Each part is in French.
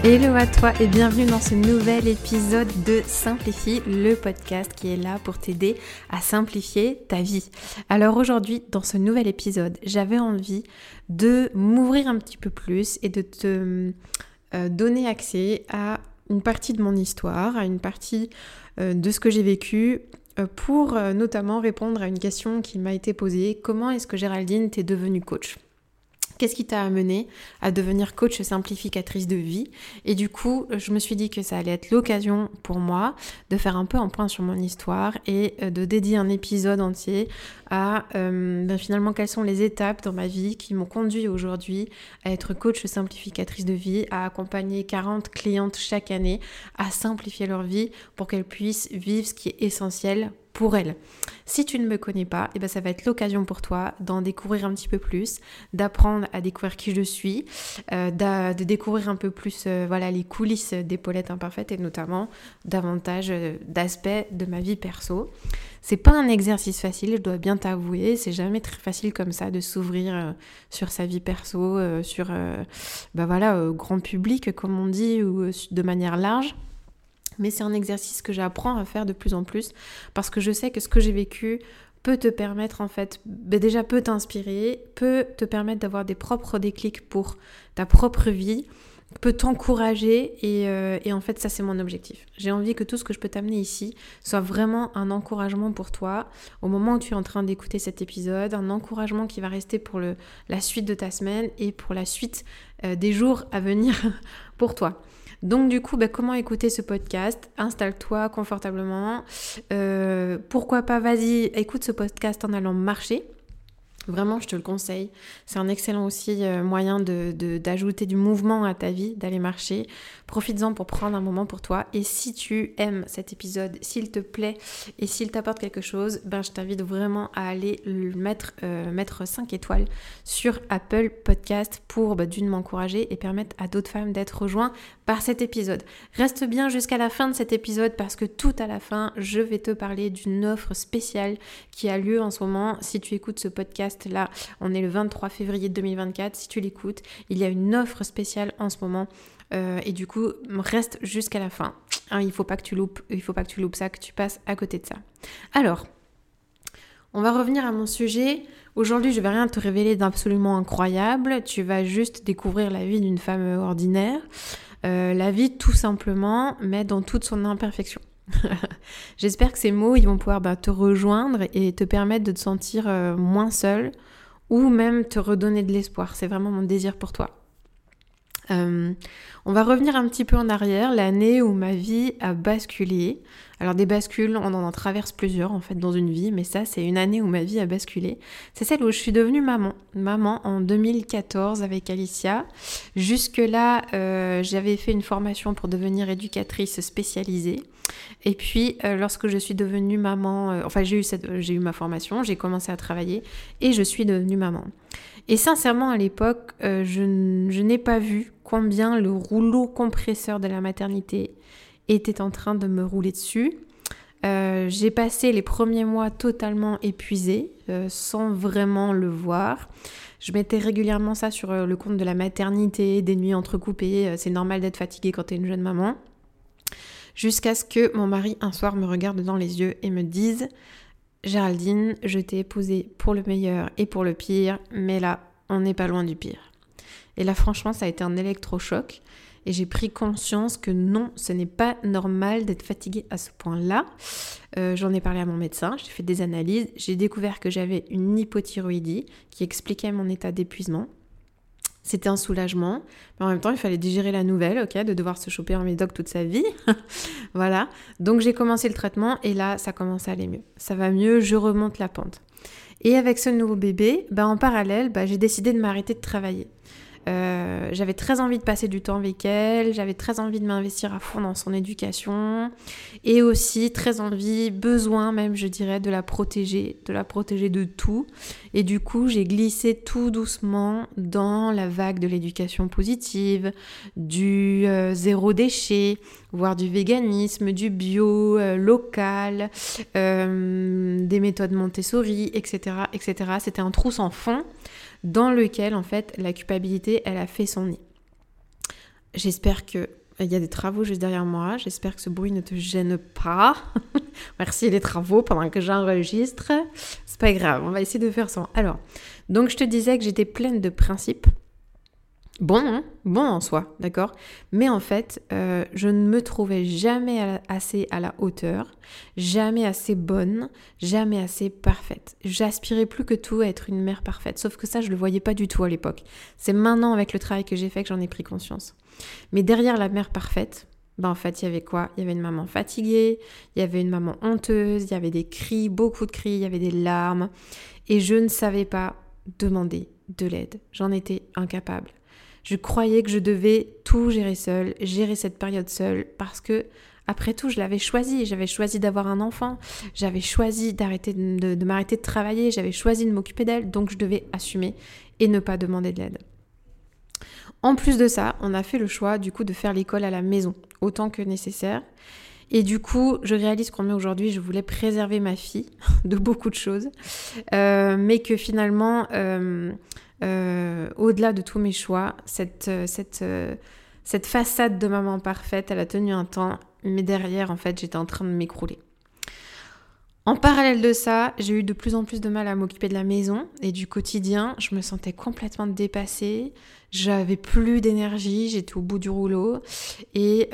Hello à toi et bienvenue dans ce nouvel épisode de Simplifie, le podcast qui est là pour t'aider à simplifier ta vie. Alors aujourd'hui, dans ce nouvel épisode, j'avais envie de m'ouvrir un petit peu plus et de te donner accès à une partie de mon histoire, à une partie de ce que j'ai vécu pour notamment répondre à une question qui m'a été posée. Comment est-ce que Géraldine t'es devenue coach ? Qu'est-ce qui t'a amené à devenir coach simplificatrice de vie ? Et du coup, je me suis dit que ça allait être l'occasion pour moi de faire un peu un point sur mon histoire et de dédier un épisode entier à finalement quelles sont les étapes dans ma vie qui m'ont conduit aujourd'hui à être coach simplificatrice de vie, à accompagner 40 clientes chaque année à simplifier leur vie pour qu'elles puissent vivre ce qui est essentiel pour elle. Si tu ne me connais pas, ça va être l'occasion pour toi d'en découvrir un petit peu plus, d'apprendre à découvrir qui je suis, de découvrir un peu plus les coulisses des Paulettes imparfaites et notamment davantage d'aspects de ma vie perso. C'est pas un exercice facile, je dois bien t'avouer, c'est jamais très facile comme ça de s'ouvrir sur sa vie perso, grand public comme on dit, ou de manière large. Mais c'est un exercice que j'apprends à faire de plus en plus parce que je sais que ce que j'ai vécu peut te permettre déjà peut t'inspirer, peut te permettre d'avoir des propres déclics pour ta propre vie, peut t'encourager et en fait ça c'est mon objectif. J'ai envie que tout ce que je peux t'amener ici soit vraiment un encouragement pour toi au moment où tu es en train d'écouter cet épisode, un encouragement qui va rester pour la suite de ta semaine et pour la suite des jours à venir pour toi. Donc du coup, comment écouter ce podcast ? Installe-toi confortablement. Pourquoi pas, vas-y, écoute ce podcast en allant marcher. Vraiment, je te le conseille. C'est un excellent aussi moyen d'ajouter du mouvement à ta vie, d'aller marcher. Profites-en pour prendre un moment pour toi. Et si tu aimes cet épisode, s'il te plaît et s'il t'apporte quelque chose, je t'invite vraiment à aller mettre 5 étoiles sur Apple Podcast pour d'une m'encourager et permettre à d'autres femmes d'être rejointes par cet épisode. Reste bien jusqu'à la fin de cet épisode parce que tout à la fin, je vais te parler d'une offre spéciale qui a lieu en ce moment. Si tu écoutes ce podcast, là, on est le 23 février 2024. Si tu l'écoutes, il y a une offre spéciale en ce moment et du coup, reste jusqu'à la fin. Il faut pas que tu loupes ça, que tu passes à côté de ça. Alors, on va revenir à mon sujet. Aujourd'hui, je vais rien te révéler d'absolument incroyable. Tu vas juste découvrir la vie d'une femme ordinaire. La vie tout simplement, mais dans toute son imperfection. J'espère que ces mots ils vont pouvoir te rejoindre et te permettre de te sentir moins seule ou même te redonner de l'espoir. C'est vraiment mon désir pour toi. On va revenir un petit peu en arrière, l'année où ma vie a basculé. Alors des bascules, on en traverse plusieurs en fait dans une vie, mais ça c'est une année où ma vie a basculé. C'est celle où je suis devenue maman en 2014 avec Alicia. Jusque-là, j'avais fait une formation pour devenir éducatrice spécialisée. Et puis lorsque je suis devenue maman, j'ai eu ma formation, j'ai commencé à travailler et je suis devenue maman. Et sincèrement à l'époque, je n'ai pas vu combien le rouleau compresseur de la maternité était en train de me rouler dessus. J'ai passé les premiers mois totalement épuisée, sans vraiment le voir. Je mettais régulièrement ça sur le compte de la maternité, des nuits entrecoupées, c'est normal d'être fatiguée quand t'es une jeune maman. Jusqu'à ce que mon mari un soir me regarde dans les yeux et me dise « Géraldine, je t'ai épousée pour le meilleur et pour le pire, mais là, on n'est pas loin du pire. » Et là, franchement, ça a été un électrochoc. Et j'ai pris conscience que non, ce n'est pas normal d'être fatiguée à ce point-là. J'en ai parlé à mon médecin, j'ai fait des analyses. J'ai découvert que j'avais une hypothyroïdie qui expliquait mon état d'épuisement. C'était un soulagement, mais en même temps, il fallait digérer la nouvelle, de devoir se choper un médoc toute sa vie. Voilà, donc j'ai commencé le traitement et là, ça commence à aller mieux. Ça va mieux, je remonte la pente. Et avec ce nouveau bébé, en parallèle, j'ai décidé de m'arrêter de travailler. J'avais très envie de passer du temps avec elle, j'avais très envie de m'investir à fond dans son éducation et aussi très besoin même je dirais de la protéger de tout. Et du coup j'ai glissé tout doucement dans la vague de l'éducation positive, du zéro déchet, voire du véganisme, du bio, local, des méthodes Montessori, etc., etc. C'était un trou sans fond dans lequel, en fait, la culpabilité, elle a fait son nid. J'espère que il y a des travaux juste derrière moi. J'espère que ce bruit ne te gêne pas. Merci les travaux pendant que j'enregistre. C'est pas grave, on va essayer de faire ça. Alors, donc je te disais que j'étais pleine de principes. Bon en soi, d'accord. Mais en fait, je ne me trouvais jamais assez à la hauteur, jamais assez bonne, jamais assez parfaite. J'aspirais plus que tout à être une mère parfaite. Sauf que ça, je le voyais pas du tout à l'époque. C'est maintenant, avec le travail que j'ai fait, que j'en ai pris conscience. Mais derrière la mère parfaite, en fait, il y avait quoi? Il y avait une maman fatiguée, il y avait une maman honteuse, il y avait des cris, beaucoup de cris, il y avait des larmes. Et je ne savais pas demander de l'aide. J'en étais incapable. Je croyais que je devais tout gérer seule, gérer cette période seule, parce que, après tout, je l'avais choisi. J'avais choisi d'avoir un enfant, j'avais choisi d'arrêter de m'arrêter de travailler, j'avais choisi de m'occuper d'elle, donc je devais assumer et ne pas demander de l'aide. En plus de ça, on a fait le choix du coup de faire l'école à la maison, autant que nécessaire. Et du coup, je réalise combien aujourd'hui je voulais préserver ma fille de beaucoup de choses, mais que finalement, au-delà de tous mes choix, cette façade de maman parfaite, elle a tenu un temps, mais derrière, en fait, j'étais en train de m'écrouler. En parallèle de ça, j'ai eu de plus en plus de mal à m'occuper de la maison et du quotidien. Je me sentais complètement dépassée, j'avais plus d'énergie, j'étais au bout du rouleau et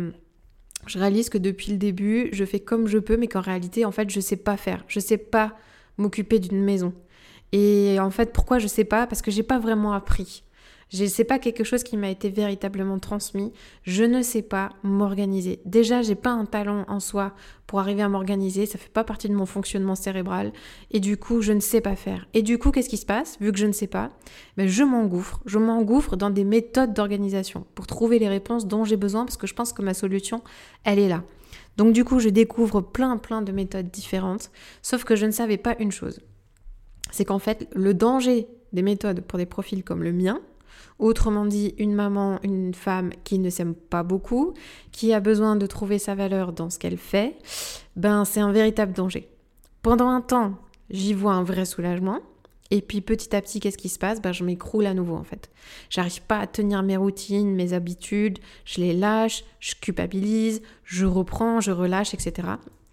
je réalise que depuis le début, je fais comme je peux, mais qu'en réalité, en fait, je sais pas faire. Je sais pas m'occuper d'une maison. Et en fait, pourquoi je sais pas? Parce que j'ai pas vraiment appris. C'est pas quelque chose qui m'a été véritablement transmis. Je ne sais pas m'organiser. Déjà, j'ai pas un talent en soi pour arriver à m'organiser. Ça fait pas partie de mon fonctionnement cérébral. Et du coup, je ne sais pas faire. Et du coup, qu'est-ce qui se passe? Vu que je ne sais pas, je m'engouffre. Je m'engouffre dans des méthodes d'organisation pour trouver les réponses dont j'ai besoin parce que je pense que ma solution, elle est là. Donc du coup, je découvre plein de méthodes différentes. Sauf que je ne savais pas une chose. C'est qu'en fait, le danger des méthodes pour des profils comme le mien, autrement dit, une maman, une femme qui ne s'aime pas beaucoup, qui a besoin de trouver sa valeur dans ce qu'elle fait, c'est un véritable danger. Pendant un temps, j'y vois un vrai soulagement. Et puis petit à petit, qu'est-ce qui se passe? Je m'écroule à nouveau en fait. J'arrive pas à tenir mes routines, mes habitudes, je les lâche, je culpabilise, je reprends, je relâche, etc.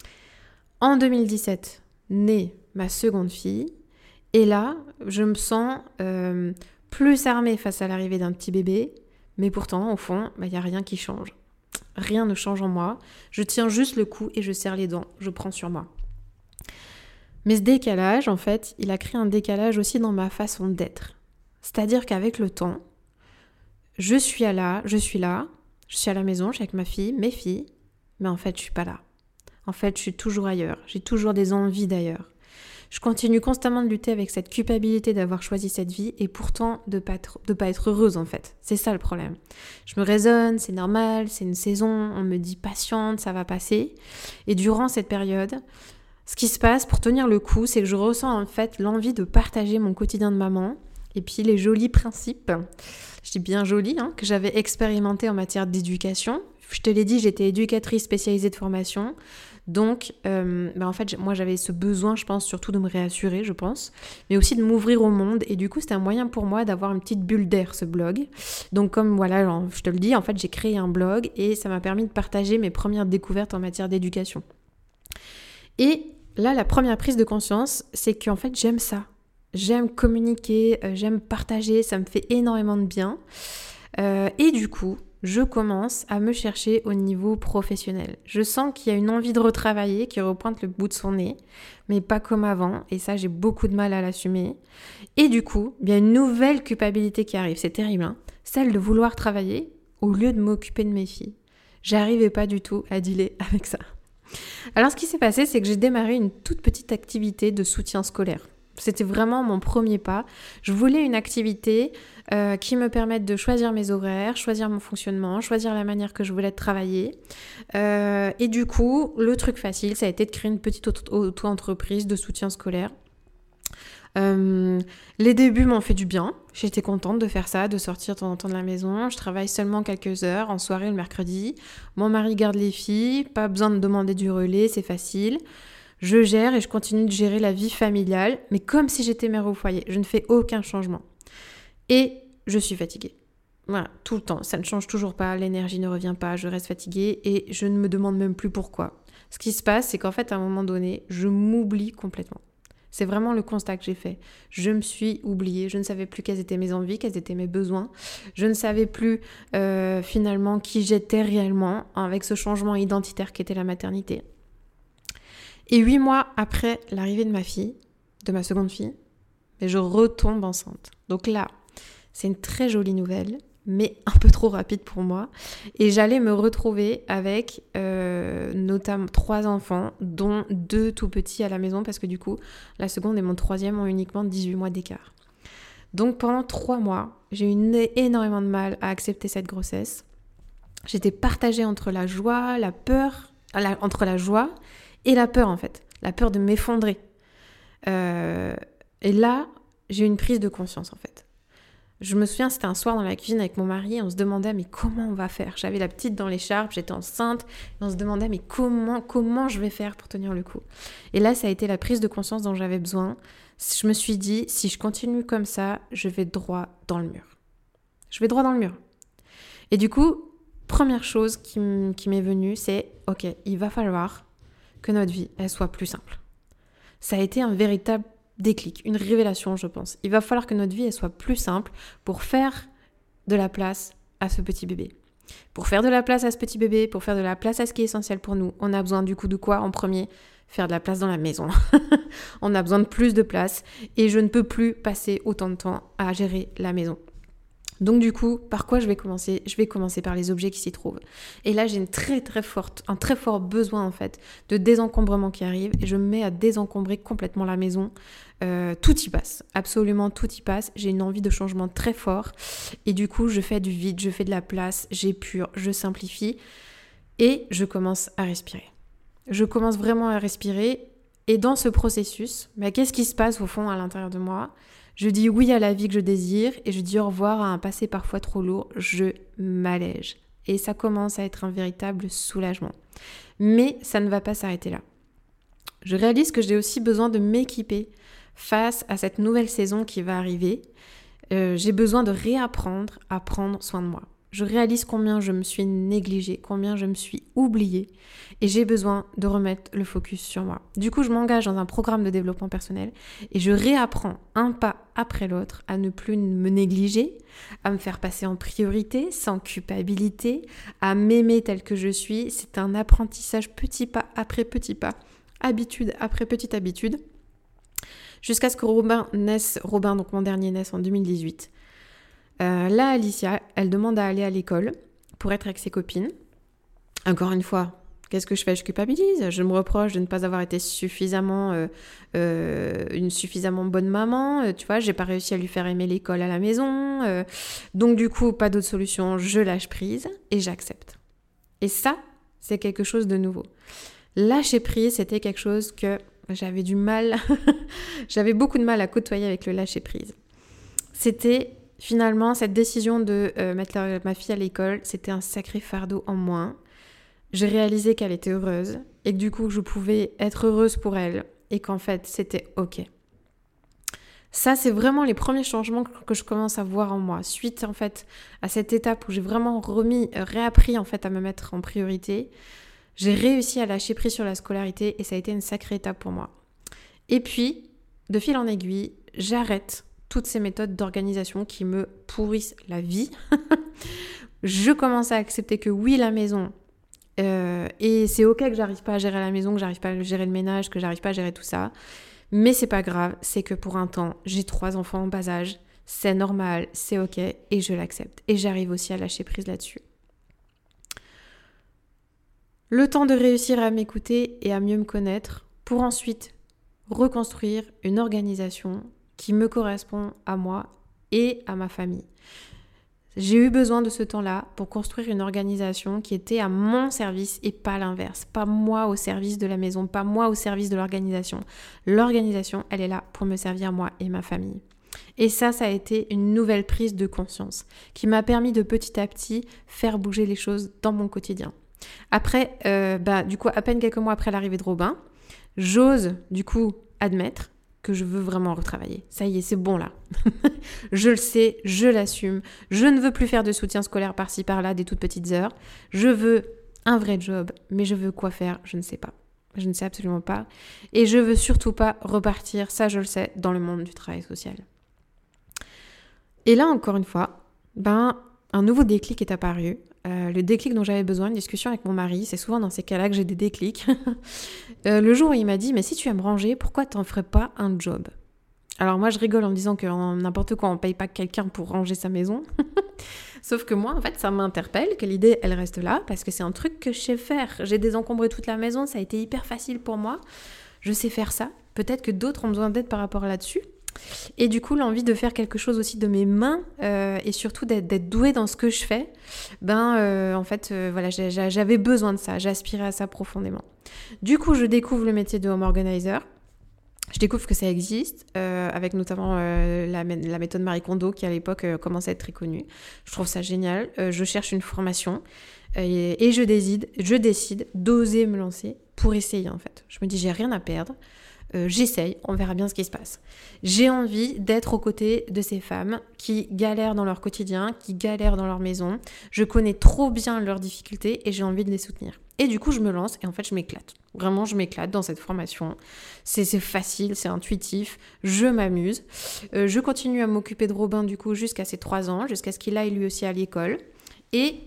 En 2017, naît ma seconde fille. Et là, je me sens plus armée face à l'arrivée d'un petit bébé, mais pourtant, au fond, il n'y a rien qui change. Rien ne change en moi. Je tiens juste le coup et je serre les dents. Je prends sur moi. Mais ce décalage, en fait, il a créé un décalage aussi dans ma façon d'être. C'est-à-dire qu'avec le temps, je suis là, je suis à la maison, je suis avec ma fille, mes filles, mais en fait, je suis pas là. En fait, je suis toujours ailleurs. J'ai toujours des envies d'ailleurs. Je continue constamment de lutter avec cette culpabilité d'avoir choisi cette vie et pourtant de pas être heureuse en fait. C'est ça le problème. Je me raisonne, c'est normal, c'est une saison, on me dit patiente, ça va passer. Et durant cette période, ce qui se passe pour tenir le coup, c'est que je ressens en fait l'envie de partager mon quotidien de maman et puis les jolis principes, je dis bien jolis, que j'avais expérimentés en matière d'éducation. Je te l'ai dit, j'étais éducatrice spécialisée de formation. Donc, en fait, moi, j'avais ce besoin, je pense, surtout de me réassurer, je pense, mais aussi de m'ouvrir au monde. Et du coup, c'était un moyen pour moi d'avoir une petite bulle d'air, ce blog. Donc, comme voilà, je te le dis, en fait, j'ai créé un blog et ça m'a permis de partager mes premières découvertes en matière d'éducation. Et là, la première prise de conscience, c'est qu'en fait, j'aime ça. J'aime communiquer, j'aime partager, ça me fait énormément de bien. Et du coup, je commence à me chercher au niveau professionnel. Je sens qu'il y a une envie de retravailler qui repointe le bout de son nez, mais pas comme avant. Et ça, j'ai beaucoup de mal à l'assumer. Et du coup, il y a une nouvelle culpabilité qui arrive. C'est terrible, celle de vouloir travailler au lieu de m'occuper de mes filles. J'arrivais pas du tout à dealer avec ça. Alors, ce qui s'est passé, c'est que j'ai démarré une toute petite activité de soutien scolaire. C'était vraiment mon premier pas. Je voulais une activité qui me permette de choisir mes horaires, choisir mon fonctionnement, choisir la manière que je voulais travailler. Et du coup, le truc facile, ça a été de créer une petite auto-entreprise de soutien scolaire. Les débuts m'ont fait du bien. J'étais contente de faire ça, de sortir de temps en temps de la maison. Je travaille seulement quelques heures en soirée le mercredi. Mon mari garde les filles, pas besoin de demander du relais, c'est facile. Je gère et je continue de gérer la vie familiale, mais comme si j'étais mère au foyer. Je ne fais aucun changement. Et je suis fatiguée. Voilà, tout le temps. Ça ne change toujours pas, l'énergie ne revient pas, je reste fatiguée et je ne me demande même plus pourquoi. Ce qui se passe, c'est qu'en fait, à un moment donné, je m'oublie complètement. C'est vraiment le constat que j'ai fait. Je me suis oubliée, je ne savais plus quelles étaient mes envies, quels étaient mes besoins. Je ne savais plus finalement qui j'étais réellement avec ce changement identitaire qu'était la maternité. Et 8 mois après l'arrivée de ma fille, de ma seconde fille, je retombe enceinte. Donc là, c'est une très jolie nouvelle, mais un peu trop rapide pour moi. Et j'allais me retrouver avec notamment 3 enfants, dont 2 tout petits à la maison, parce que du coup, la seconde et mon troisième ont uniquement 18 mois d'écart. Donc pendant 3 mois, j'ai eu énormément de mal à accepter cette grossesse. J'étais partagée entre la joie, la peur, entre la joie et la peur en fait. La peur de m'effondrer. Et là, j'ai eu une prise de conscience en fait. Je me souviens, c'était un soir dans la cuisine avec mon mari, on se demandait mais comment on va faire ? J'avais la petite dans l'écharpe, j'étais enceinte, et on se demandait mais comment je vais faire pour tenir le coup ? Et là, ça a été la prise de conscience dont j'avais besoin. Je me suis dit, si je continue comme ça, je vais droit dans le mur. Je vais droit dans le mur. Et du coup, première chose qui m'est venue, c'est ok, il va falloir que notre vie, elle soit plus simple. Ça a été un véritable déclic, une révélation, je pense. Il va falloir que notre vie elle soit plus simple pour faire de la place à ce petit bébé. Pour faire de la place à ce petit bébé, pour faire de la place à ce qui est essentiel pour nous, on a besoin du coup de quoi en premier ? Faire de la place dans la maison. On a besoin de plus de place et je ne peux plus passer autant de temps à gérer la maison. Donc du coup, par quoi je vais commencer ? Je vais commencer par les objets qui s'y trouvent. Et là, j'ai un très fort besoin en fait de désencombrement qui arrive et je me mets à désencombrer complètement la maison. Tout y passe, absolument tout y passe. J'ai une envie de changement très fort et du coup, je fais du vide, je fais de la place, j'épure, je simplifie et je commence à respirer. Je commence vraiment à respirer et dans ce processus, qu'est-ce qui se passe au fond à l'intérieur de moi ? Je dis oui à la vie que je désire et je dis au revoir à un passé parfois trop lourd. Je m'allège. Et ça commence à être un véritable soulagement. Mais ça ne va pas s'arrêter là. Je réalise que j'ai aussi besoin de m'équiper face à cette nouvelle saison qui va arriver. J'ai besoin de réapprendre à prendre soin de moi. Je réalise combien je me suis négligée, combien je me suis oubliée et j'ai besoin de remettre le focus sur moi. Du coup, je m'engage dans un programme de développement personnel et je réapprends un pas après l'autre à ne plus me négliger, à me faire passer en priorité, sans culpabilité, à m'aimer tel que je suis. C'est un apprentissage petit pas après petit pas, habitude après petite habitude, jusqu'à ce que Robin, donc mon dernier, naisse en 2018. Là, Alicia, elle demande à aller à l'école pour être avec ses copines. Encore une fois, qu'est-ce que je fais ? Je culpabilise. Je me reproche de ne pas avoir été une suffisamment bonne maman. Tu vois, j'ai pas réussi à lui faire aimer l'école à la maison. Donc du coup, pas d'autre solution. Je lâche prise et j'accepte. Et ça, c'est quelque chose de nouveau. Lâcher prise, c'était quelque chose que j'avais du mal. J'avais beaucoup de mal à côtoyer avec le lâcher prise. C'était finalement, cette décision de mettre ma fille à l'école, c'était un sacré fardeau en moins. J'ai réalisé qu'elle était heureuse et que du coup, je pouvais être heureuse pour elle et qu'en fait, c'était OK. Ça, c'est vraiment les premiers changements que je commence à voir en moi. Suite, en fait, à cette étape où j'ai vraiment réappris, en fait, à me mettre en priorité, j'ai réussi à lâcher prise sur la scolarité et ça a été une sacrée étape pour moi. Et puis, de fil en aiguille, j'arrête toutes ces méthodes d'organisation qui me pourrissent la vie. Je commence à accepter que oui, la maison, et c'est ok que j'arrive pas à gérer la maison, que j'arrive pas à gérer le ménage, que j'arrive pas à gérer tout ça, mais c'est pas grave, c'est que pour un temps, j'ai 3 enfants en bas âge, c'est normal, c'est ok, et je l'accepte. Et j'arrive aussi à lâcher prise là-dessus. Le temps de réussir à m'écouter et à mieux me connaître pour ensuite reconstruire une organisation qui me correspond à moi et à ma famille. J'ai eu besoin de ce temps-là pour construire une organisation qui était à mon service et pas l'inverse. Pas moi au service de la maison, pas moi au service de l'organisation. L'organisation, elle est là pour me servir moi et ma famille. Et ça a été une nouvelle prise de conscience qui m'a permis de petit à petit faire bouger les choses dans mon quotidien. Après, du coup, à peine quelques mois après l'arrivée de Robin, j'ose du coup admettre que je veux vraiment retravailler. Ça y est, c'est bon là. Je le sais, je l'assume. Je ne veux plus faire de soutien scolaire par-ci par-là, des toutes petites heures. Je veux un vrai job, mais je veux quoi faire, je ne sais pas. Je ne sais absolument pas. Et je veux surtout pas repartir, ça je le sais, dans le monde du travail social. Et là, encore une fois, un nouveau déclic est apparu. Le déclic dont j'avais besoin, une discussion avec mon mari, c'est souvent dans ces cas-là que j'ai des déclics. Le jour où il m'a dit « Mais si tu aimes ranger, pourquoi t'en ferais pas un job ?» Alors moi, je rigole en me disant que n'importe quoi, on paye pas quelqu'un pour ranger sa maison. Sauf que moi, en fait, ça m'interpelle, que l'idée, elle reste là, parce que c'est un truc que je sais faire. J'ai désencombré toute la maison, ça a été hyper facile pour moi. Je sais faire ça. Peut-être que d'autres ont besoin d'aide par rapport à là-dessus. Et du coup, l'envie de faire quelque chose aussi de mes mains et surtout d'être douée dans ce que je fais, j'avais besoin de ça, j'aspirais à ça profondément. Du coup, je découvre le métier de home organizer. Je découvre que ça existe, avec notamment la méthode Marie Kondo qui à l'époque commençait à être très connue. Je trouve ça génial. Je cherche une formation et je décide d'oser me lancer pour essayer en fait. Je me dis j'ai rien à perdre. J'essaye, on verra bien ce qui se passe. J'ai envie d'être aux côtés de ces femmes qui galèrent dans leur quotidien, qui galèrent dans leur maison. Je connais trop bien leurs difficultés et j'ai envie de les soutenir. Et du coup, je me lance et en fait, je m'éclate. Vraiment, je m'éclate dans cette formation. C'est facile, c'est intuitif, je m'amuse. Je continue à m'occuper de Robin du coup jusqu'à ses 3 ans, jusqu'à ce qu'il aille lui aussi à l'école. Et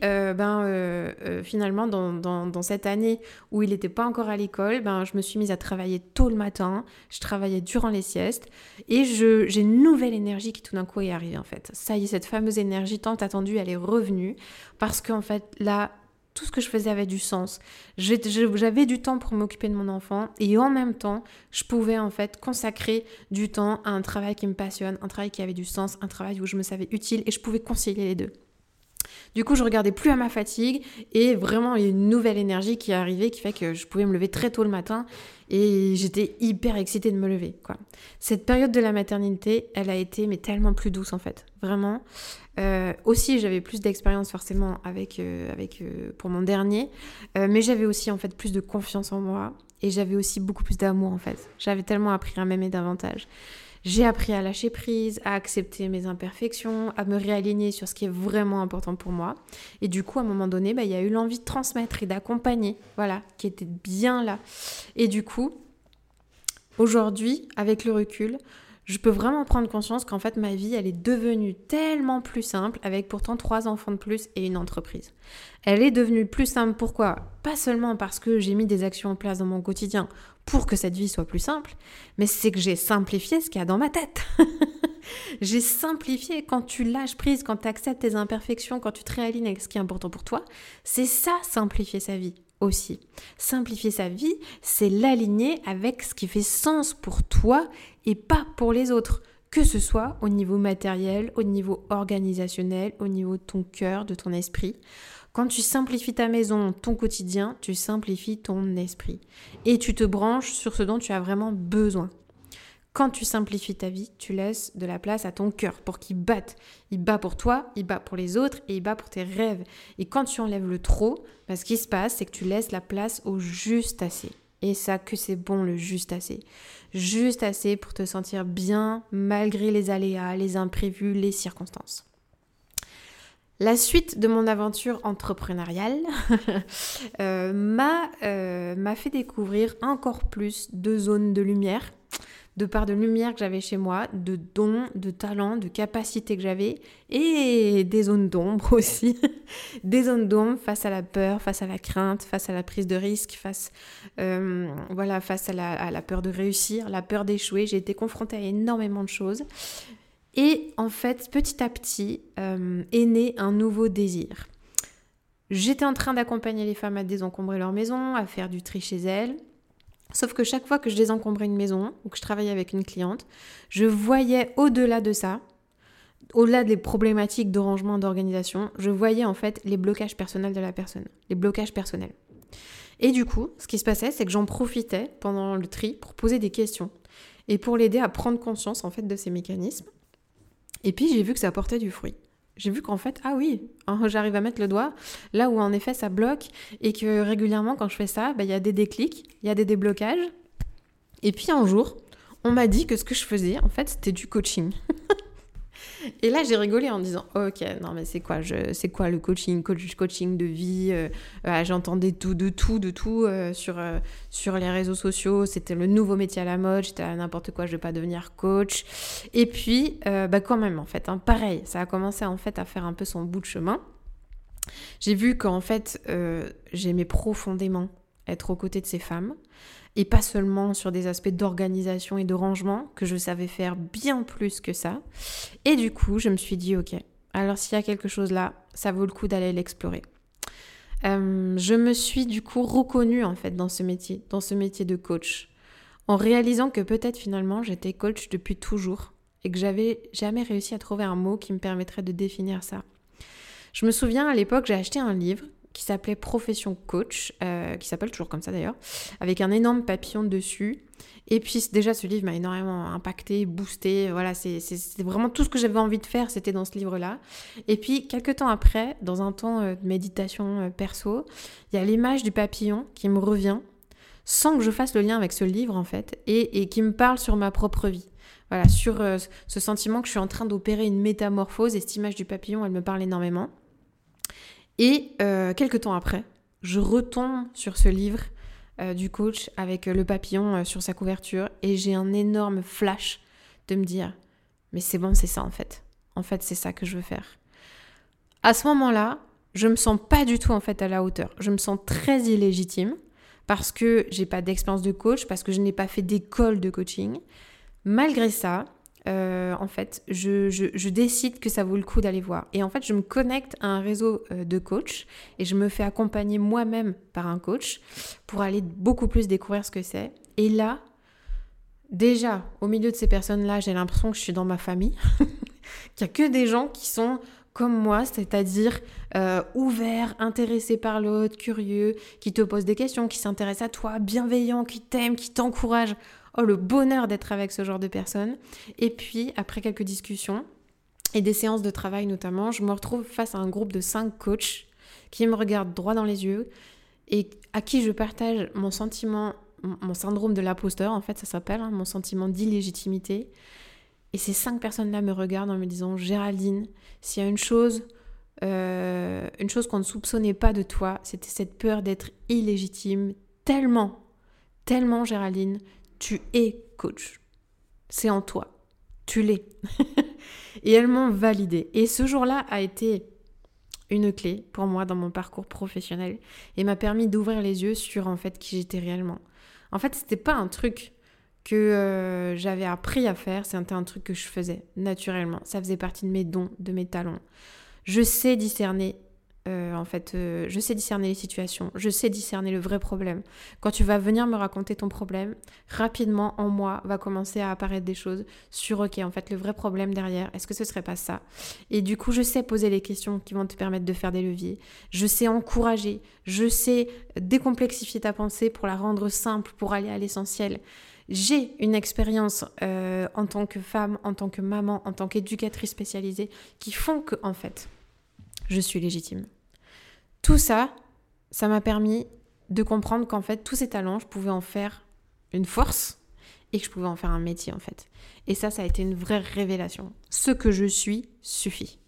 finalement, dans cette année où il n'était pas encore à l'école, je me suis mise à travailler tôt le matin, je travaillais durant les siestes et j'ai une nouvelle énergie qui tout d'un coup est arrivée en fait. Ça y est, cette fameuse énergie tant attendue, elle est revenue parce qu'en fait là, tout ce que je faisais avait du sens. J'avais du temps pour m'occuper de mon enfant et en même temps, je pouvais en fait consacrer du temps à un travail qui me passionne, un travail qui avait du sens, un travail où je me savais utile et je pouvais concilier les deux. Du coup, je regardais plus à ma fatigue et vraiment, il y a une nouvelle énergie qui est arrivée qui fait que je pouvais me lever très tôt le matin et j'étais hyper excitée de me lever, quoi. Cette période de la maternité, elle a été mais tellement plus douce en fait, vraiment. Aussi, j'avais plus d'expérience forcément pour mon dernier, mais j'avais aussi en fait plus de confiance en moi et j'avais aussi beaucoup plus d'amour en fait. J'avais tellement appris à m'aimer davantage. J'ai appris à lâcher prise, à accepter mes imperfections, à me réaligner sur ce qui est vraiment important pour moi. Et du coup, à un moment donné, il y a eu l'envie de transmettre et d'accompagner, voilà, qui était bien là. Et du coup, aujourd'hui, avec le recul, je peux vraiment prendre conscience qu'en fait, ma vie, elle est devenue tellement plus simple avec pourtant 3 enfants de plus et une entreprise. Elle est devenue plus simple, pourquoi ? Pas seulement parce que j'ai mis des actions en place dans mon quotidien pour que cette vie soit plus simple, mais c'est que j'ai simplifié ce qu'il y a dans ma tête. J'ai simplifié. Quand tu lâches prise, quand tu acceptes tes imperfections, quand tu te réalignes avec ce qui est important pour toi, c'est ça, simplifier sa vie aussi. Simplifier sa vie, c'est l'aligner avec ce qui fait sens pour toi et pas pour les autres. Que ce soit au niveau matériel, au niveau organisationnel, au niveau de ton cœur, de ton esprit. Quand tu simplifies ta maison, ton quotidien, tu simplifies ton esprit. Et tu te branches sur ce dont tu as vraiment besoin. Quand tu simplifies ta vie, tu laisses de la place à ton cœur pour qu'il batte. Il bat pour toi, il bat pour les autres et il bat pour tes rêves. Et quand tu enlèves le trop, ce qui se passe, c'est que tu laisses la place au juste assez. Et ça, que c'est bon le juste assez. Juste assez pour te sentir bien malgré les aléas, les imprévus, les circonstances. La suite de mon aventure entrepreneuriale m'a fait découvrir encore plus de zones de lumière, de parts de lumière que j'avais chez moi, de dons, de talents, de capacités que j'avais et des zones d'ombre aussi. Des zones d'ombre face à la peur, face à la crainte, face à la prise de risque, face à la peur de réussir, la peur d'échouer. J'ai été confrontée à énormément de choses. Et en fait, petit à petit, est né un nouveau désir. J'étais en train d'accompagner les femmes à désencombrer leur maison, à faire du tri chez elles. Sauf que chaque fois que je désencombrais une maison ou que je travaillais avec une cliente, je voyais au-delà de ça, au-delà des problématiques de rangement, d'organisation, je voyais en fait les blocages personnels de la personne, les blocages personnels. Et du coup, ce qui se passait, c'est que j'en profitais pendant le tri pour poser des questions et pour l'aider à prendre conscience en fait de ces mécanismes. Et puis j'ai vu que ça portait du fruit. J'ai vu qu'en fait, j'arrive à mettre le doigt là où en effet ça bloque et que régulièrement quand je fais ça, y a des déclics, il y a des déblocages. Et puis un jour, on m'a dit que ce que je faisais, en fait, c'était du coaching. Et là, j'ai rigolé en disant, ok, non mais c'est quoi le coaching, coaching de vie, j'entendais de tout sur les réseaux sociaux, c'était le nouveau métier à la mode, j'étais à n'importe quoi, je vais pas devenir coach. Et puis, quand même, en fait, pareil, ça a commencé en fait à faire un peu son bout de chemin. J'ai vu qu'en fait, j'aimais profondément être aux côtés de ces femmes, et pas seulement sur des aspects d'organisation et de rangement, que je savais faire bien plus que ça. Et du coup, je me suis dit, ok, alors s'il y a quelque chose là, ça vaut le coup d'aller l'explorer. Je me suis du coup reconnue en fait dans ce métier de coach, en réalisant que peut-être finalement j'étais coach depuis toujours et que j'avais jamais réussi à trouver un mot qui me permettrait de définir ça. Je me souviens à l'époque, j'ai acheté un livre qui s'appelait Profession Coach, qui s'appelle toujours comme ça d'ailleurs, avec un énorme papillon dessus. Et puis déjà ce livre m'a énormément impacté, boosté, voilà, c'est vraiment tout ce que j'avais envie de faire, c'était dans ce livre-là. Et puis quelques temps après, dans un temps de méditation perso, il y a l'image du papillon qui me revient, sans que je fasse le lien avec ce livre en fait, et qui me parle sur ma propre vie. Voilà, sur ce sentiment que je suis en train d'opérer une métamorphose, et cette image du papillon, elle me parle énormément. Et quelques temps après, je retombe sur ce livre du coach avec le papillon sur sa couverture et j'ai un énorme flash de me dire « Mais c'est bon, c'est ça en fait. En fait, c'est ça que je veux faire. » À ce moment-là, je me sens pas du tout en fait à la hauteur. Je me sens très illégitime parce que j'ai pas d'expérience de coach, parce que je n'ai pas fait d'école de coaching. Malgré ça, en fait, je décide que ça vaut le coup d'aller voir. Et en fait, je me connecte à un réseau de coachs et je me fais accompagner moi-même par un coach pour aller beaucoup plus découvrir ce que c'est. Et là, déjà, au milieu de ces personnes-là, j'ai l'impression que je suis dans ma famille, qu'il n'y a que des gens qui sont comme moi, c'est-à-dire ouverts, intéressés par l'autre, curieux, qui te posent des questions, qui s'intéressent à toi, bienveillants, qui t'aiment, qui t'encouragent. Oh, le bonheur d'être avec ce genre de personnes. Et puis, après quelques discussions et des séances de travail notamment, je me retrouve face à un groupe de 5 coachs qui me regardent droit dans les yeux et à qui je partage mon sentiment, mon syndrome de l'imposteur, en fait, ça s'appelle, mon sentiment d'illégitimité. Et ces 5 personnes-là me regardent en me disant « Géraldine, s'il y a une chose qu'on ne soupçonnait pas de toi, c'était cette peur d'être illégitime. Tellement, Géraldine, tu es coach. C'est en toi. Tu l'es. » Et elles m'ont validée. Et ce jour-là a été une clé pour moi dans mon parcours professionnel et m'a permis d'ouvrir les yeux sur en fait qui j'étais réellement. En fait, c'était pas un truc que j'avais appris à faire, c'était un truc que je faisais naturellement. Ça faisait partie de mes dons, de mes talents. Je sais discerner je sais discerner les situations, je sais discerner le vrai problème. Quand tu vas venir me raconter ton problème, rapidement en moi va commencer à apparaître des choses sur ok, en fait le vrai problème derrière, est-ce que ce serait pas ça? Et du coup je sais poser les questions qui vont te permettre de faire des leviers, je sais encourager, je sais décomplexifier ta pensée pour la rendre simple, pour aller à l'essentiel. J'ai une expérience en tant que femme, en tant que maman, en tant qu'éducatrice spécialisée qui font que en fait je suis légitime. Tout ça, ça m'a permis de comprendre qu'en fait, tous ces talents, je pouvais en faire une force et que je pouvais en faire un métier en fait. Et ça a été une vraie révélation. Ce que je suis suffit.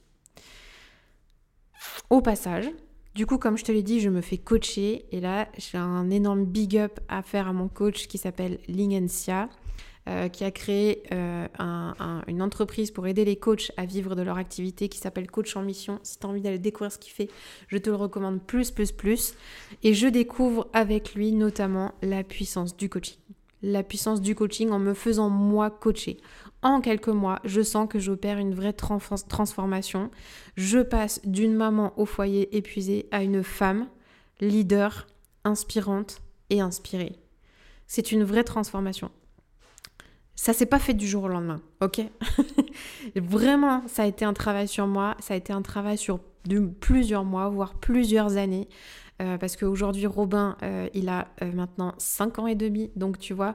Au passage, du coup, comme je te l'ai dit, je me fais coacher et là, j'ai un énorme big up à faire à mon coach qui s'appelle Lingencia, qui a créé une entreprise pour aider les coachs à vivre de leur activité qui s'appelle Coach en Mission. Si tu as envie d'aller découvrir ce qu'il fait, je te le recommande plus. Et je découvre avec lui notamment la puissance du coaching. La puissance du coaching en me faisant moi coacher. En quelques mois, je sens que j'opère une vraie transformation. Je passe d'une maman au foyer épuisée à une femme leader, inspirante et inspirée. C'est une vraie transformation. Ça s'est pas fait du jour au lendemain, ok? Vraiment, ça a été un travail sur moi, ça a été un travail sur plusieurs mois, voire plusieurs années. parce qu'aujourd'hui, Robin, il a maintenant 5 ans et demi. Donc, tu vois,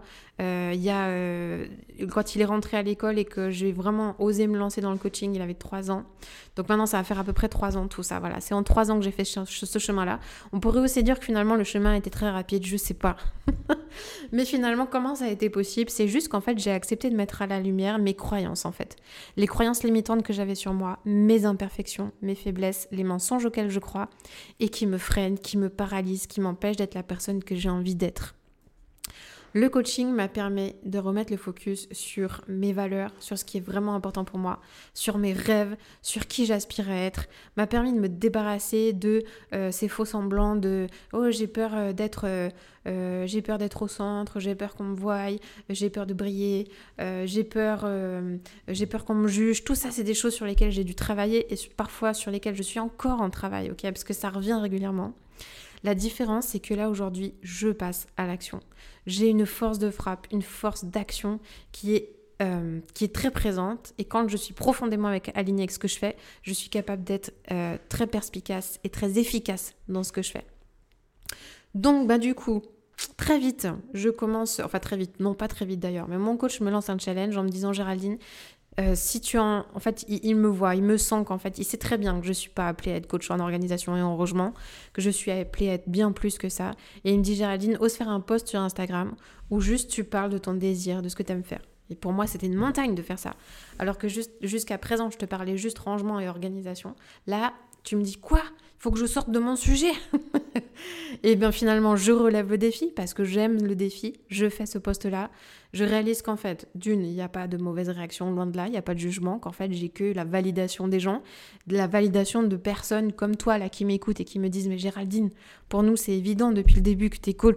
quand il est rentré à l'école et que j'ai vraiment osé me lancer dans le coaching, il avait 3 ans. Donc maintenant, ça va faire à peu près 3 ans tout ça. Voilà, c'est en 3 ans que j'ai fait ce chemin-là. On pourrait aussi dire que finalement, le chemin était très rapide, je sais pas. Mais finalement, comment ça a été possible? C'est juste qu'en fait, j'ai accepté de mettre à la lumière mes croyances, en fait. Les croyances limitantes que j'avais sur moi, mes imperfections, mes faiblesses, les mensonges auxquels je crois et qui me freinent, qui me paralysent, qui m'empêchent d'être la personne que j'ai envie d'être. Le coaching m'a permis de remettre le focus sur mes valeurs, sur ce qui est vraiment important pour moi, sur mes rêves, sur qui j'aspire à être, m'a permis de me débarrasser de ces faux semblants de « oh j'ai peur d'être au centre, j'ai peur qu'on me voie, j'ai peur de briller, j'ai peur qu'on me juge ». Tout ça, c'est des choses sur lesquelles j'ai dû travailler et parfois sur lesquelles je suis encore en travail, ok, parce que ça revient régulièrement. La différence, c'est que là, aujourd'hui, je passe à l'action. J'ai une force de frappe, une force d'action qui est très présente. Et quand je suis profondément alignée avec ce que je fais, je suis capable d'être très perspicace et très efficace dans ce que je fais. Donc, du coup, très vite, je commence... Enfin, très vite, non pas très vite d'ailleurs, mais mon coach me lance un challenge en me disant « Géraldine, en fait, il me voit, il me sent qu'en fait, il sait très bien que je ne suis pas appelée à être coach en organisation et en rangement, que je suis appelée à être bien plus que ça. Et il me dit, Géraldine, ose faire un post sur Instagram où juste tu parles de ton désir, de ce que tu aimes faire. Et pour moi, c'était une montagne de faire ça. Alors que jusqu'à présent, je te parlais juste rangement et organisation. Là, tu me dis quoi ? Il faut que je sorte de mon sujet. Et bien finalement, je relève le défi parce que j'aime le défi. Je fais ce post-là. Je réalise qu'en fait, d'une, il n'y a pas de mauvaise réaction, loin de là. Il n'y a pas de jugement. Qu'en fait, j'ai que la validation des gens, de la validation de personnes comme toi là qui m'écoutent et qui me disent « Mais Géraldine, pour nous, c'est évident depuis le début que tu es coach. »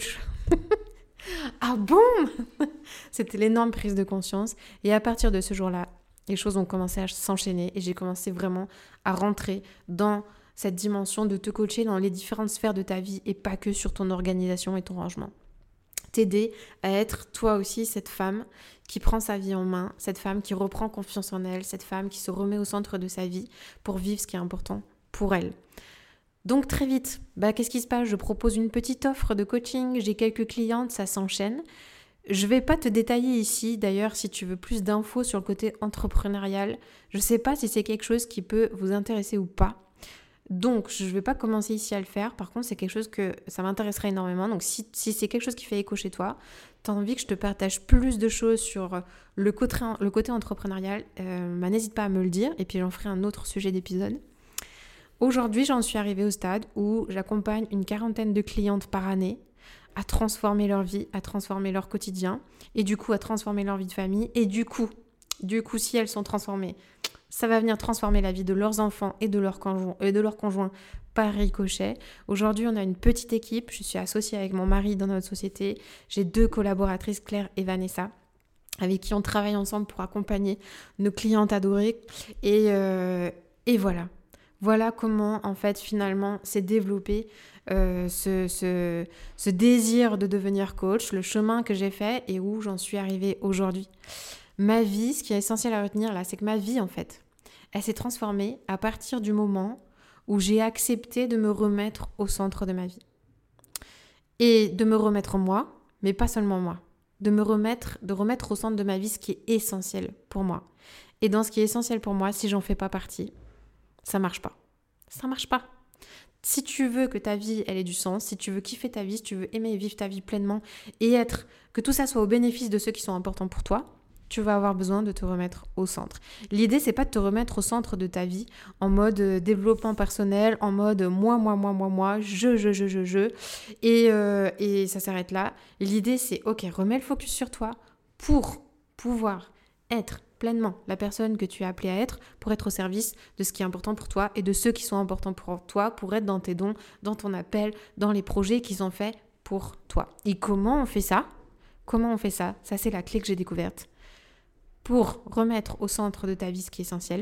Ah bon ? C'était l'énorme prise de conscience. Et à partir de ce jour-là, les choses ont commencé à s'enchaîner et j'ai commencé vraiment à rentrer dans cette dimension de te coacher dans les différentes sphères de ta vie et pas que sur ton organisation et ton rangement. T'aider à être toi aussi cette femme qui prend sa vie en main, cette femme qui reprend confiance en elle, cette femme qui se remet au centre de sa vie pour vivre ce qui est important pour elle. Donc très vite, qu'est-ce qui se passe ? Je propose une petite offre de coaching, j'ai quelques clientes, ça s'enchaîne. Je ne vais pas te détailler ici, d'ailleurs, si tu veux plus d'infos sur le côté entrepreneurial. Je ne sais pas si c'est quelque chose qui peut vous intéresser ou pas. Donc, je ne vais pas commencer ici à le faire. Par contre, c'est quelque chose que ça m'intéresserait énormément. Donc, si c'est quelque chose qui fait écho chez toi, tu as envie que je te partage plus de choses sur le côté entrepreneurial, n'hésite pas à me le dire. Et puis, j'en ferai un autre sujet d'épisode. Aujourd'hui, j'en suis arrivée au stade où j'accompagne une 40aine de clientes par année à transformer leur vie, à transformer leur quotidien et du coup à transformer leur vie de famille. Et du coup, si elles sont transformées, ça va venir transformer la vie de leurs enfants et de leurs conjoints par ricochet. Aujourd'hui, on a une petite équipe. Je suis associée avec mon mari dans notre société. J'ai 2 collaboratrices, Claire et Vanessa, avec qui on travaille ensemble pour accompagner nos clientes adorées. Et voilà. Voilà comment, en fait, finalement, s'est développé ce désir de devenir coach, le chemin que j'ai fait et où j'en suis arrivée aujourd'hui. Ma vie, ce qui est essentiel à retenir là, c'est que ma vie, en fait, elle s'est transformée à partir du moment où j'ai accepté de me remettre au centre de ma vie. Et de me remettre moi, mais pas seulement moi. De remettre au centre de ma vie ce qui est essentiel pour moi. Et dans ce qui est essentiel pour moi, si j'en fais pas partie, ça marche pas. Ça marche pas. Si tu veux que ta vie, elle ait du sens, si tu veux kiffer ta vie, si tu veux aimer et vivre ta vie pleinement et que tout ça soit au bénéfice de ceux qui sont importants pour toi, tu vas avoir besoin de te remettre au centre. L'idée, c'est pas de te remettre au centre de ta vie en mode développement personnel, en mode moi, je, et ça s'arrête là. L'idée, c'est ok, remets le focus sur toi pour pouvoir être pleinement la personne que tu es appelée à être pour être au service de ce qui est important pour toi et de ceux qui sont importants pour toi, pour être dans tes dons, dans ton appel, dans les projets qui sont faits pour toi. Et comment on fait ça ? Ça, c'est la clé que j'ai découverte. Pour remettre au centre de ta vie ce qui est essentiel,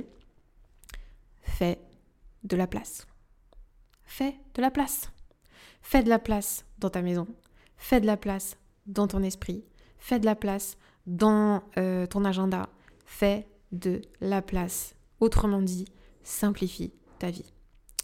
fais de la place. Fais de la place. Fais de la place dans ta maison. Fais de la place dans ton esprit. Fais de la place dans ton agenda. Fais de la place. Autrement dit, simplifie ta vie.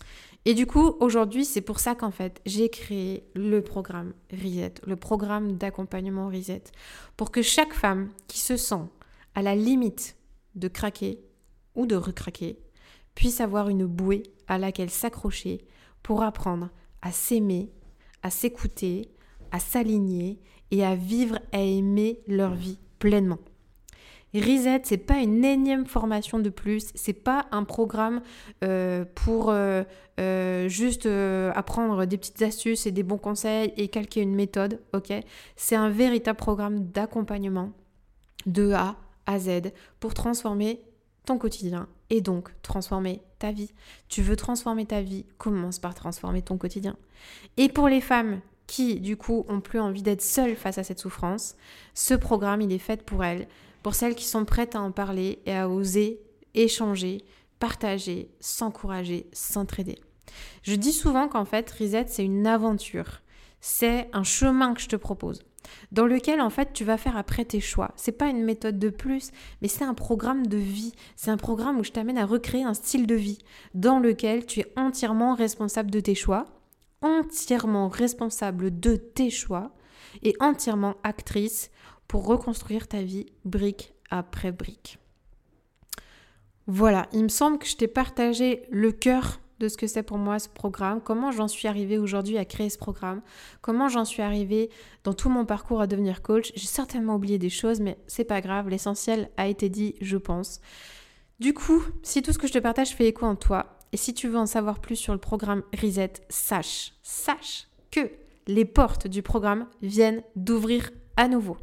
Et du coup, aujourd'hui, c'est pour ça qu'en fait, j'ai créé le programme Reset, le programme d'accompagnement Reset, pour que chaque femme qui se sent à la limite de craquer ou de recraquer puisse avoir une bouée à laquelle s'accrocher pour apprendre à s'aimer, à s'écouter, à s'aligner et à vivre, à aimer leur vie pleinement. Reset, c'est pas une énième formation de plus, c'est pas un programme pour juste apprendre des petites astuces et des bons conseils et calquer une méthode, ok ? C'est un véritable programme d'accompagnement de A à Z pour transformer ton quotidien et donc transformer ta vie. Tu veux transformer ta vie, commence par transformer ton quotidien. Et pour les femmes qui, du coup, ont plus envie d'être seules face à cette souffrance, ce programme, il est fait pour elles, pour celles qui sont prêtes à en parler et à oser échanger, partager, s'encourager, s'entraider. Je dis souvent qu'en fait, Reset, c'est une aventure. C'est un chemin que je te propose, dans lequel, en fait, tu vas faire après tes choix. C'est pas une méthode de plus, mais c'est un programme de vie. C'est un programme où je t'amène à recréer un style de vie dans lequel tu es entièrement responsable de tes choix, entièrement responsable de tes choix et entièrement actrice pour reconstruire ta vie brique après brique. Voilà, il me semble que je t'ai partagé le cœur de ce que c'est pour moi ce programme, comment j'en suis arrivée aujourd'hui à créer ce programme, comment j'en suis arrivée dans tout mon parcours à devenir coach. J'ai certainement oublié des choses, mais c'est pas grave, l'essentiel a été dit, je pense. Du coup, si tout ce que je te partage fait écho en toi, et si tu veux en savoir plus sur le programme Reset, sache que les portes du programme viennent d'ouvrir à nouveau.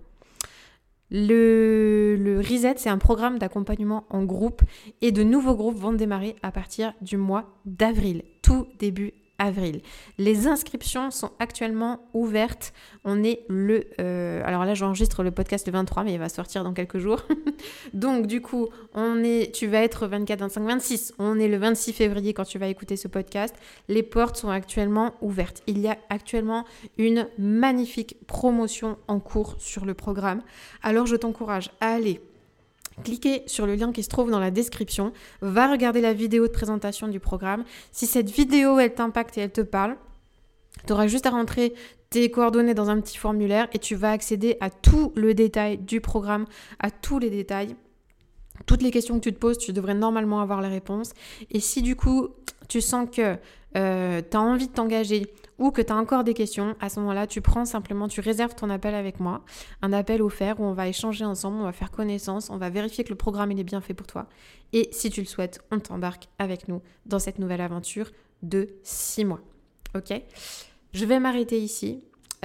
Le Reset, c'est un programme d'accompagnement en groupe et de nouveaux groupes vont démarrer à partir du mois d'avril, tout début avril. Les inscriptions sont actuellement ouvertes. On est alors là, j'enregistre le podcast le 23, mais il va sortir dans quelques jours. Donc du coup, tu vas être 24, 25, 26. On est le 26 février quand tu vas écouter ce podcast. Les portes sont actuellement ouvertes. Il y a actuellement une magnifique promotion en cours sur le programme. Alors je t'encourage à aller cliquez sur le lien qui se trouve dans la description, va regarder la vidéo de présentation du programme. Si cette vidéo, elle t'impacte et elle te parle, tu auras juste à rentrer tes coordonnées dans un petit formulaire et tu vas accéder à tout le détail du programme, à tous les détails. Toutes les questions que tu te poses, tu devrais normalement avoir les réponses. Et si du coup, tu sens que tu as envie de t'engager ou que tu as encore des questions, à ce moment-là, tu réserves ton appel avec moi, un appel offert où on va échanger ensemble, on va faire connaissance, on va vérifier que le programme il est bien fait pour toi. Et si tu le souhaites, on t'embarque avec nous dans cette nouvelle aventure de 6 mois. Ok ? Je vais m'arrêter ici.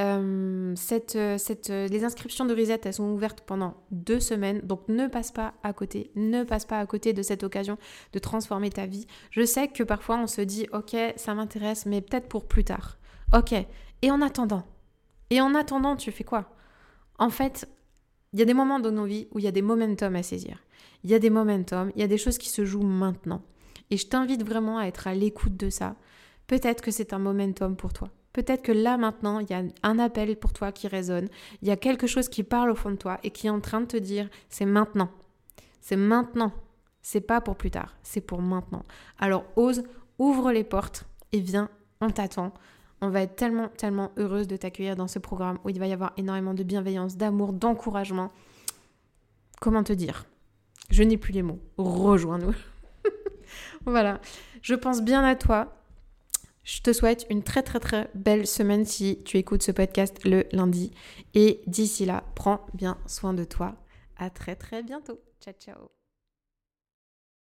Les inscriptions de Reset, elles sont ouvertes pendant 2 semaines, donc ne passe pas à côté de cette occasion de transformer ta vie. Je sais que parfois on se dit ok, ça m'intéresse, mais peut-être pour plus tard. Ok, et en attendant, tu fais quoi ? En fait, il y a des moments dans nos vies où il y a des momentum à saisir. Il y a des choses qui se jouent maintenant. Et je t'invite vraiment à être à l'écoute de ça. Peut-être que c'est un momentum pour toi. Peut-être que là, maintenant, il y a un appel pour toi qui résonne. Il y a quelque chose qui parle au fond de toi et qui est en train de te dire, c'est maintenant. C'est maintenant. C'est pas pour plus tard. C'est pour maintenant. Alors, ose, ouvre les portes et viens, on t'attend. On va être tellement, tellement heureuse de t'accueillir dans ce programme où il va y avoir énormément de bienveillance, d'amour, d'encouragement. Comment te dire ? Je n'ai plus les mots. Rejoins-nous. Voilà. Je pense bien à toi. Je te souhaite une très très très belle semaine si tu écoutes ce podcast le lundi. Et d'ici là, prends bien soin de toi. À très très bientôt. Ciao ciao.